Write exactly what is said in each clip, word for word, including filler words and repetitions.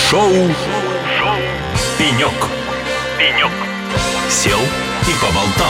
Шоу Шоу Пенек. Пенек. Сел и поболтал.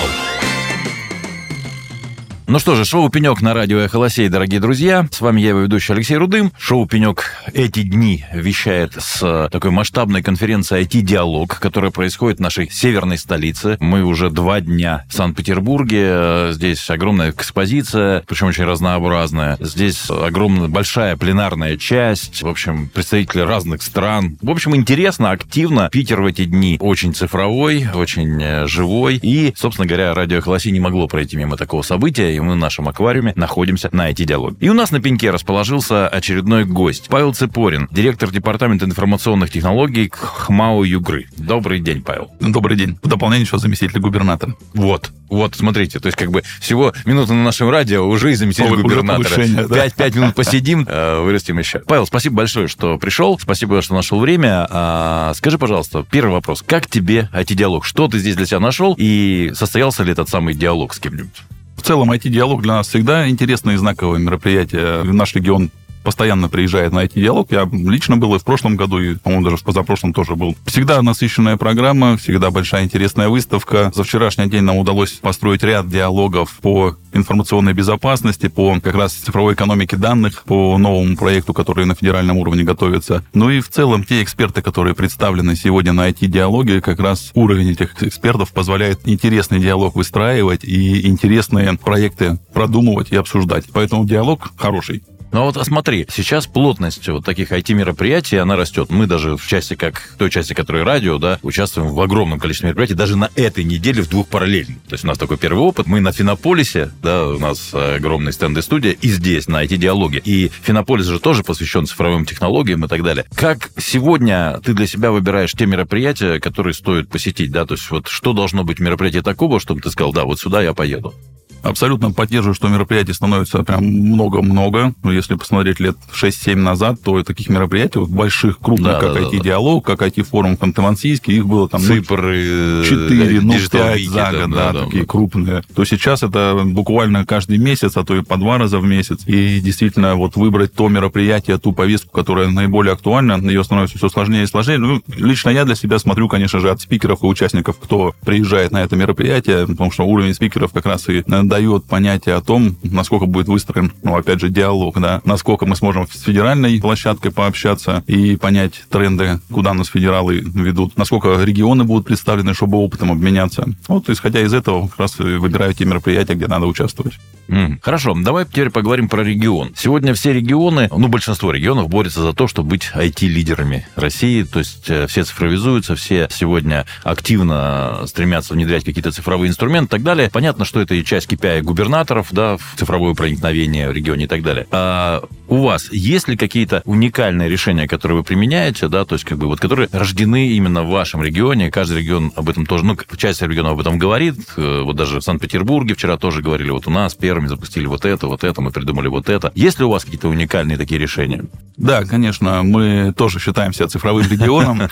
Ну что же, шоу «Пенек» на радио «Эхо Лосей», дорогие друзья. С вами я, его ведущий Алексей Рудым. Шоу «Пенек» эти дни вещает с такой масштабной конференции ай ти-диалог, которая происходит в нашей северной столице. Мы уже два дня в Санкт-Петербурге. Здесь огромная экспозиция, причем очень разнообразная. Здесь огромная, большая пленарная часть. В общем, представители разных стран. В общем, интересно, активно. Питер в эти дни очень цифровой, очень живой. И, собственно говоря, радио «Эхо Лосей» не могло пройти мимо такого события. И мы в нашем аквариуме находимся на ай ти-диалоге. И у нас на пеньке расположился очередной гость. Павел Ципорин, директор департамента информационных технологий ХМАО Югры. Добрый день, Павел. Добрый день. В дополнение еще заместитель губернатора. Вот. Вот, смотрите, то есть как бы всего минуты на нашем радио уже и заместитель Ой, губернатора. Пять, пять минут посидим, вырастим еще. Павел, спасибо большое, что пришел. Спасибо, что нашел время. А, скажи, пожалуйста, первый вопрос. Как тебе ай ти-диалог? Что ты здесь для себя нашел? И состоялся ли этот самый диалог с кем-нибудь? В целом, ай ти-диалог для нас всегда интересное и знаковое мероприятие. Наш регион постоянно приезжает на ай ти-диалог. Я лично был и в прошлом году, и, по-моему, даже в позапрошлом тоже был. Всегда насыщенная программа, всегда большая интересная выставка. За вчерашний день нам удалось построить ряд диалогов по информационной безопасности, по как раз цифровой экономике данных, по новому проекту, который на федеральном уровне готовится. Ну и в целом те эксперты, которые представлены сегодня на ай ти-диалоге, как раз уровень этих экспертов позволяет интересный диалог выстраивать и интересные проекты продумывать и обсуждать. Поэтому диалог хороший. Ну вот смотри, сейчас плотность вот таких ай ти-мероприятий, она растет. Мы даже в части, как в той части, которая радио, да, участвуем в огромном количестве мероприятий, даже на этой неделе в двух параллельно. То есть у нас такой первый опыт. Мы на Финополисе, да, у нас огромный стенд и студия, и здесь, на ай ти-диалоге. И Финополис же тоже посвящен цифровым технологиям и так далее. Как сегодня ты для себя выбираешь те мероприятия, которые стоит посетить, да? То есть вот что должно быть в мероприятии такого, чтобы ты сказал, да, вот сюда я поеду? Абсолютно поддерживаю, что мероприятий становится прям много-много. Если посмотреть лет шесть-семь назад, то таких мероприятий, вот больших, крупных, да, как да, ай ти-диалог, да. как ай ти-форум в Ханты-Мансийске, их было там Цифры, четыре, ну, пять за да, год, да, да, да, такие да. крупные. То сейчас это буквально каждый месяц, а то и по два раза в месяц. И действительно, вот выбрать то мероприятие, ту повестку, которая наиболее актуальна, ее становится все сложнее и сложнее. Ну, лично я для себя смотрю, конечно же, от спикеров и участников, кто приезжает на это мероприятие, потому что уровень спикеров как раз и дает понятие о том, насколько будет выстроен, ну, опять же, диалог, да, насколько мы сможем с федеральной площадкой пообщаться и понять тренды, куда нас федералы ведут, насколько регионы будут представлены, чтобы опытом обменяться. Вот, исходя из этого, как раз выбираю те мероприятия, где надо участвовать. Mm. Хорошо, давай теперь поговорим про регион. Сегодня все регионы, ну, большинство регионов борются за то, чтобы быть ай ти-лидерами России, то есть все цифровизуются, все сегодня активно стремятся внедрять какие-то цифровые инструменты и так далее. Понятно, что это и часть кей пи ай губернаторов, да, в цифровое проникновение в регионе и так далее. А у вас есть ли какие-то уникальные решения, которые вы применяете, да, то есть как бы вот, которые рождены именно в вашем регионе? Каждый регион об этом тоже, ну, часть регионов об этом говорит, вот даже в Санкт-Петербурге вчера тоже говорили, вот у нас первыми запустили вот это, вот это, мы придумали вот это. Есть ли у вас какие-то уникальные такие решения? Да, конечно, мы тоже считаем себя цифровым регионом,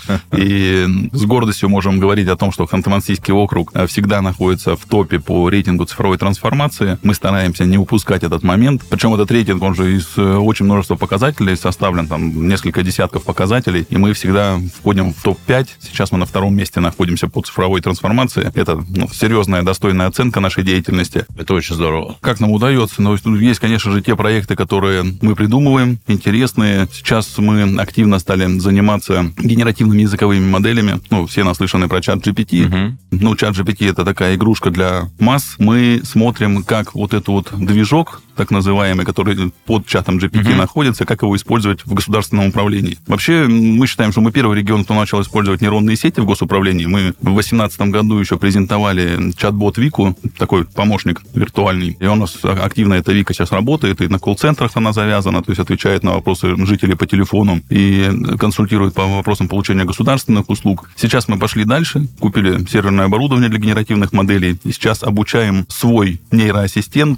и с гордостью можем говорить о том, что Ханты-Мансийский округ всегда находится в топе по рейтингу цифровой трансформации. Мы стараемся не упускать этот момент. Причем этот рейтинг, он же из очень множества показателей составлен, там несколько десятков показателей, и мы всегда входим в топ пять. Сейчас мы на втором месте находимся по цифровой трансформации. Это, ну, серьезная, достойная оценка нашей деятельности. Это очень здорово. Как нам удается? Ну, есть, конечно же, те проекты, которые мы придумываем, интересные. Сейчас мы активно стали заниматься генеративными языковыми моделями. Ну, все наслышаны про чат джи пи ти. Uh-huh. Ну, чат джи пи ти — это такая игрушка для масс. Мы смотрим, как вот этот вот движок, так называемый, который под чатом джи пи ти uh-huh. находится, как его использовать в государственном управлении. Вообще, мы считаем, что мы первый регион, кто начал использовать нейронные сети в госуправлении. Мы в две тысячи восемнадцатом году еще презентовали чат-бот Вику, такой помощник виртуальный. И он у нас активно, эта Вика сейчас работает, и на колл-центрах она завязана, то есть отвечает на вопросы жителей по телефону и консультирует по вопросам получения государственных услуг. Сейчас мы пошли дальше, купили серверное оборудование для генеративных моделей, и сейчас обучаем свой нейроассистент uh-huh.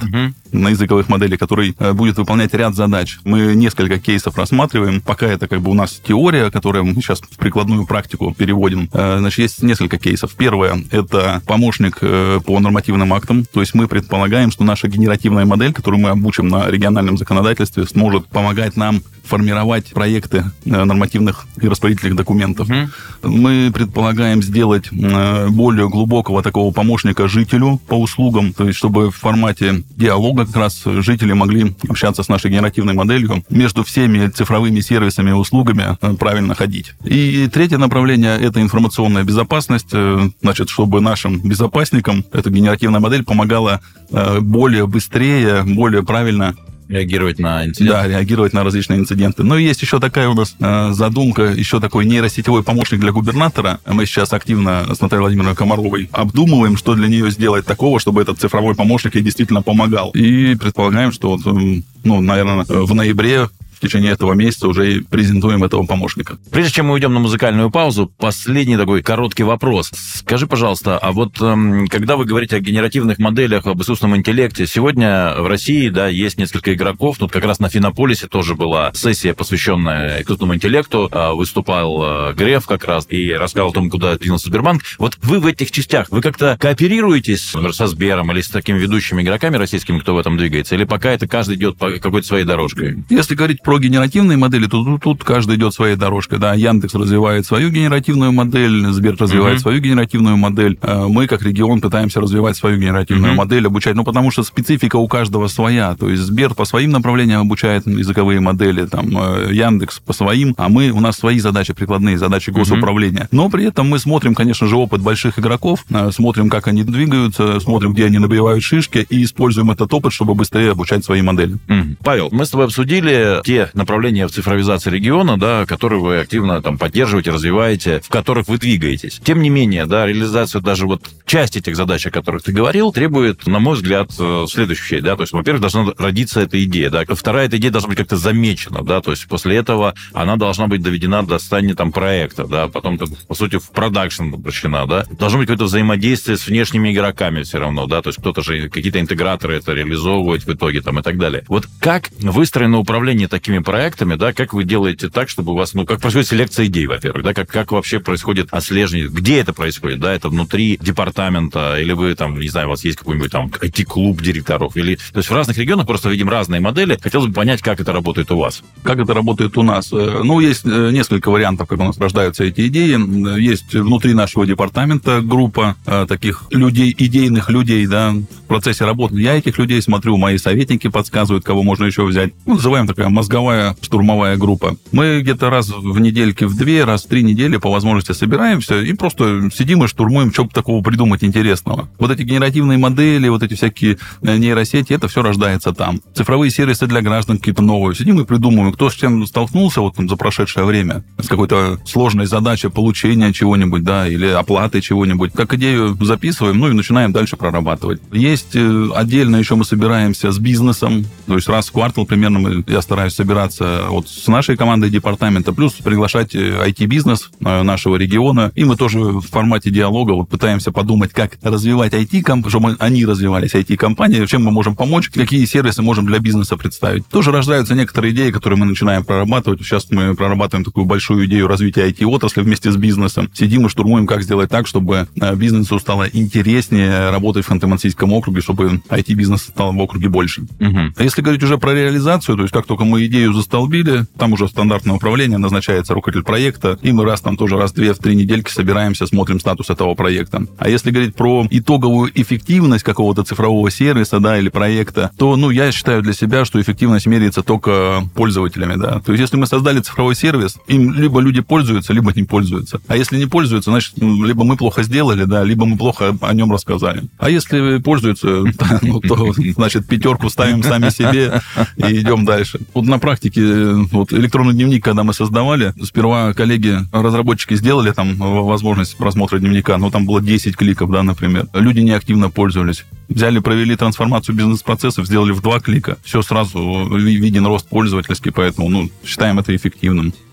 на языковых моделей, который будет выполнять ряд задач. Мы несколько кейсов рассматриваем. Пока это как бы у нас теория, которую мы сейчас в прикладную практику переводим. Значит, есть несколько кейсов. Первое – это помощник по нормативным актам. То есть мы предполагаем, что наша генеративная модель, которую мы обучим на региональном законодательстве, сможет помогать нам формировать проекты нормативных и распорядительных документов. Mm-hmm. Мы предполагаем сделать более глубокого такого помощника жителю по услугам, то есть чтобы в формате диалога как раз жители могли общаться с нашей генеративной моделью, между всеми цифровыми сервисами и услугами правильно ходить. И третье направление – это информационная безопасность, значит, чтобы нашим безопасникам эта генеративная модель помогала более быстрее, более правильно реагировать на инциденты. Да, реагировать на различные инциденты. Но есть еще такая у нас э, задумка, еще такой нейросетевой помощник для губернатора. Мы сейчас активно с Натальей Владимировной Комаровой обдумываем, что для нее сделать такого, чтобы этот цифровой помощник ей действительно помогал. И предполагаем, что, вот, ну, наверное, в ноябре в течение этого месяца уже и презентуем этого помощника. Прежде чем мы уйдем на музыкальную паузу, последний такой короткий вопрос. Скажи, пожалуйста, а вот эм, когда вы говорите о генеративных моделях, об искусственном интеллекте, сегодня в России, да, есть несколько игроков, тут как раз на Финополисе тоже была сессия, посвященная искусственному интеллекту, выступал Греф как раз и рассказал о том, куда двинулся Сбербанк. Вот вы в этих частях, вы как-то кооперируетесь со Сбером или с такими ведущими игроками российскими, кто в этом двигается, или пока это каждый идет по какой-то своей дорожкой? Если говорить про генеративные модели, то тут, тут каждый идет своей дорожкой. Да, Яндекс развивает свою генеративную модель, Сбер развивает uh-huh. свою генеративную модель. Мы, как регион, пытаемся развивать свою генеративную uh-huh. модель, обучать. Ну, потому что специфика у каждого своя. То есть Сбер по своим направлениям обучает языковые модели, там, Яндекс по своим, а мы, у нас свои задачи, прикладные задачи госуправления. Uh-huh. Но при этом мы смотрим, конечно же, опыт больших игроков, смотрим, как они двигаются, смотрим, где они набивают шишки, и используем этот опыт, чтобы быстрее обучать свои модели. Uh-huh. Павел, мы с тобой обсудили те направления в цифровизации региона, да, которые вы активно там поддерживаете, развиваете, в которых вы двигаетесь. Тем не менее, да, реализация даже вот части этих задач, о которых ты говорил, требует, на мой взгляд, следующих вещей, да, то есть, во-первых, должна родиться эта идея, да, вторая, эта идея должна быть как-то замечена, да, то есть после этого она должна быть доведена до состояния там проекта, да, потом, по сути, в продакшн обращена, да, должно быть какое-то взаимодействие с внешними игроками все равно, да, то есть кто-то же, какие-то интеграторы это реализовывают в итоге там и так далее. Вот как выстроено управление такими проектами, да, как вы делаете так, чтобы у вас, ну, как происходит селекция идей, во-первых, да, как, как вообще происходит отслеживание, где это происходит, да, это внутри департамента, или вы там, не знаю, у вас есть какой-нибудь там ай ти-клуб директоров, или, то есть в разных регионах просто видим разные модели, хотелось бы понять, как это работает у вас. Как это работает у нас? Ну, есть несколько вариантов, как у нас рождаются эти идеи. Есть внутри нашего департамента группа таких людей, идейных людей, да, в процессе работы. Я этих людей смотрю, мои советники подсказывают, кого можно еще взять. Ну, называем такая мозговая штурмовая группа. Мы где-то раз в недельке, в две, раз в три недели по возможности собираемся и просто сидим и штурмуем, что бы такого придумать интересного. Вот эти генеративные модели, вот эти всякие нейросети, это все рождается там. Цифровые сервисы для граждан какие-то новые. Сидим и придумываем, кто с чем столкнулся вот там, за прошедшее время, с какой-то сложной задачей получения чего-нибудь, да, или оплаты чего-нибудь. Как идею записываем, ну и начинаем дальше прорабатывать. Есть отдельно еще мы собираемся с бизнесом, то есть раз в квартал примерно мы, я стараюсь собираться вот с нашей командой департамента, плюс приглашать ай ти-бизнес нашего региона, и мы тоже в формате диалога вот пытаемся подумать, как развивать ай ти, чтобы они развивались, ай ти-компании, чем мы можем помочь, какие сервисы можем для бизнеса представить. Тоже рождаются некоторые идеи, которые мы начинаем прорабатывать. Сейчас мы прорабатываем такую большую идею развития ай ти-отрасли вместе с бизнесом. Сидим и штурмуем, как сделать так, чтобы бизнесу стало интереснее работать в Ханты-Мансийском округе, чтобы ай ти-бизнес стал в округе больше. Угу. А если говорить уже про реализацию, то есть как только мы идею застолбили, там уже стандартное управление, назначается руководитель проекта, и мы раз там тоже раз в две, в три недельки собираемся, смотрим статус этого проекта. А если говорить про итоговую эффективность какого-то цифрового сервиса, да, или проекта, то, ну, я считаю для себя, что эффективность меряется только пользователями, да. То есть если мы создали цифровой сервис, им либо люди пользуются, либо не пользуются. А если не пользуются, значит, ну, либо мы плохо сделали, да, либо мы плохо о нем рассказали. А если пользуются, ну, то, значит, пятерку ставим сами себе и идем дальше. Вот на практике, вот электронный дневник, когда мы создавали, сперва коллеги-разработчики сделали там возможность просмотра дневника, но там было десять кликов, да, например. Люди неактивно пользовались. Взяли, провели трансформацию бизнес-процессов, сделали в два клика. Все сразу виден рост пользовательский, поэтому, ну, считаем это эффективным.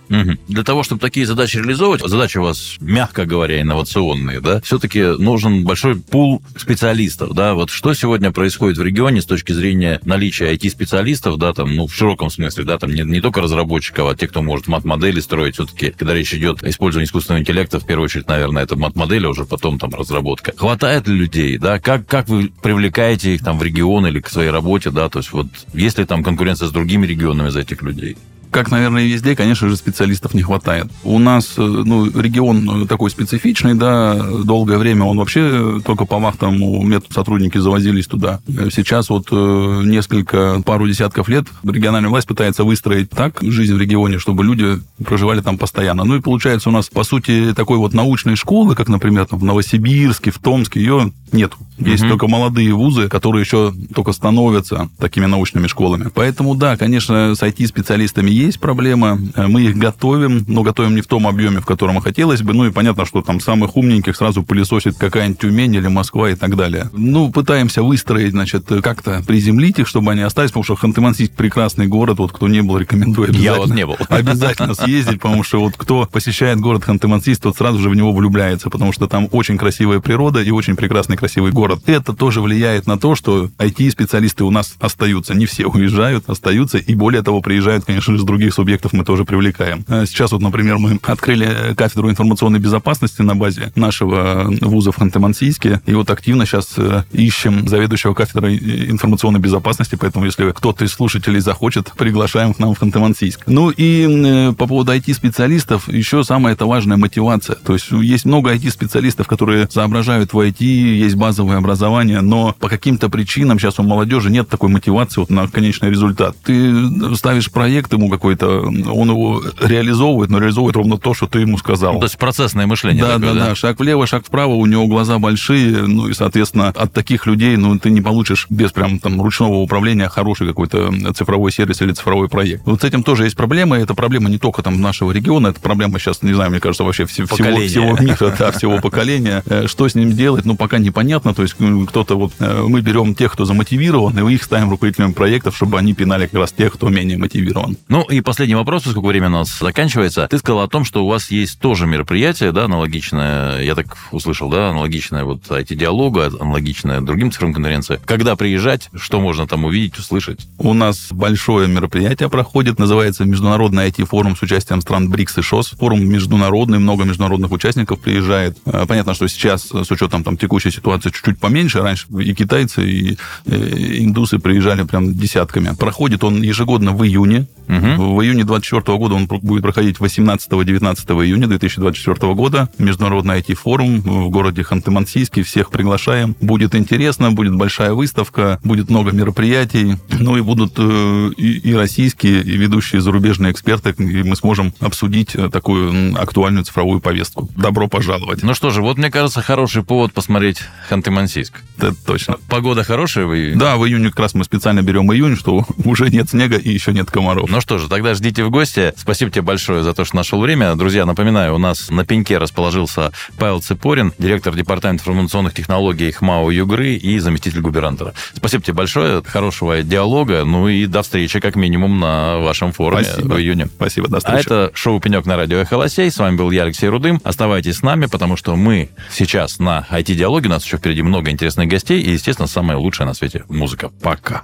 Угу. Для того, чтобы такие задачи реализовывать, задачи у вас, мягко говоря, инновационные, да, все-таки нужен большой пул специалистов, да. Вот что сегодня происходит в регионе с точки зрения наличия ай ти-специалистов, да, там, ну, в широком смысле, да, там не, не только разработчиков, а те, кто может мат-модели строить, все-таки, когда речь идет о использовании искусственного интеллекта, в первую очередь, наверное, это мат-модель, а уже потом там разработка. Хватает ли людей, да, как, как вы привлекаете их там в регион или к своей работе, да, то есть вот есть ли там конкуренция с другими регионами за этих людей? Как, наверное, и везде, конечно же, специалистов не хватает. У нас, ну, регион такой специфичный, да, долгое время он вообще только по вахтовому методу сотрудники завозились туда. Сейчас вот несколько, пару десятков лет региональная власть пытается выстроить так жизнь в регионе, чтобы люди проживали там постоянно. Ну и получается у нас, по сути, такой вот научной школы, как, например, там, в Новосибирске, в Томске, ее нету. Есть угу. только молодые вузы, которые еще только становятся такими научными школами. Поэтому, да, конечно, с ай ти-специалистами есть проблема. Мы их готовим, но готовим не в том объеме, в котором хотелось бы. Ну и понятно, что там самых умненьких сразу пылесосит какая-нибудь Тюмень или Москва и так далее. Ну, пытаемся выстроить, значит, как-то приземлить их, чтобы они остались, потому что Ханты-Мансийск прекрасный город. Вот кто не был, рекомендую обязательно. Я вот не был. Обязательно съездить, потому что вот кто посещает город Ханты-Мансийск, тот сразу же в него влюбляется, потому что там очень красивая природа и очень прекрасный красивый город. Это тоже влияет на то, что ай ти-специалисты у нас остаются. Не все уезжают, остаются. И более того, приезжают, конечно же, с других субъектов мы тоже привлекаем. Сейчас вот, например, мы открыли кафедру информационной безопасности на базе нашего вуза в Ханты-Мансийске. И вот активно сейчас ищем заведующего кафедрой информационной безопасности. Поэтому, если кто-то из слушателей захочет, приглашаем к нам в Ханты-Мансийск. Ну и по поводу ай ти-специалистов еще самое это важная мотивация. То есть есть много ай ти-специалистов, которые соображают в ай ти, есть базовое образование, но по каким-то причинам сейчас у молодежи нет такой мотивации вот на конечный результат. Ты ставишь проект ему какой-то, он его реализовывает, но реализовывает ровно то, что ты ему сказал. Ну, то есть процессное мышление. Да, такое, да, да, да. Шаг влево, шаг вправо, у него глаза большие, ну и, соответственно, от таких людей, ну, ты не получишь без прям там ручного управления хороший какой-то цифровой сервис или цифровой проект. Вот с этим тоже есть проблема, и это проблема не только там нашего региона, это проблема сейчас, не знаю, мне кажется, вообще всего, всего мира, да, всего поколения. Что с ним делать, ну, пока непонятно, то есть кто-то вот, мы берем тех, кто замотивирован, и мы их ставим руководителями проектов, чтобы они пинали как раз тех, кто менее мотивирован. Ну и последний вопрос, поскольку время у нас заканчивается. Ты сказал о том, что у вас есть тоже мероприятие, да, аналогичное, я так услышал, да, аналогичное вот ай ти-диалогу, аналогичное другим цифровым конференциям. Когда приезжать, что можно там увидеть, услышать? У нас большое мероприятие проходит, называется Международный ай ти-форум с участием стран БРИКС и ШОС. Форум международный, много международных участников приезжает. Понятно, что сейчас с учетом там текущей ситуации чуть-чуть поменьше. Раньше и китайцы, и индусы приезжали прям десятками. Проходит он ежегодно в июне. Угу. В июне двадцать четвёртого года он будет проходить восемнадцатого-девятнадцатого июня две тысячи двадцать четвёртого года. Международный ай ти-форум в городе Ханты-Мансийске. Всех приглашаем. Будет интересно, будет большая выставка, будет много мероприятий. Ну и будут и, и российские, и ведущие зарубежные эксперты, и мы сможем обсудить такую актуальную цифровую повестку. Добро пожаловать. Ну что же, вот, мне кажется, хороший повод посмотреть Ханты-Мансийск. Это точно. Погода хорошая в июне? Да, в июне как раз мы специально берем июнь, что уже нет снега и еще нет комаров. Ну что же, тогда ждите в гости. Спасибо тебе большое за то, что нашел время. Друзья, напоминаю, у нас на пеньке расположился Павел Ципорин, директор департамента информационных технологий ХМАО Югры и заместитель губернатора. Спасибо тебе большое, хорошего диалога, ну и до встречи как минимум на вашем форуме. Спасибо. В июне. Спасибо, до встречи. А это шоу «Пенек» на радио «Эхо Лосей». С вами был я, Алексей Рудым. Оставайтесь с нами, потому что мы сейчас на ай ти-диалоге. У нас еще впереди много интересных гостей и, естественно, самая лучшая на свете музыка. Пока.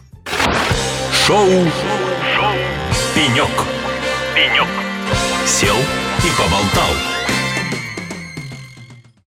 Шоу «Пенек». Пенек. Сел и поболтал.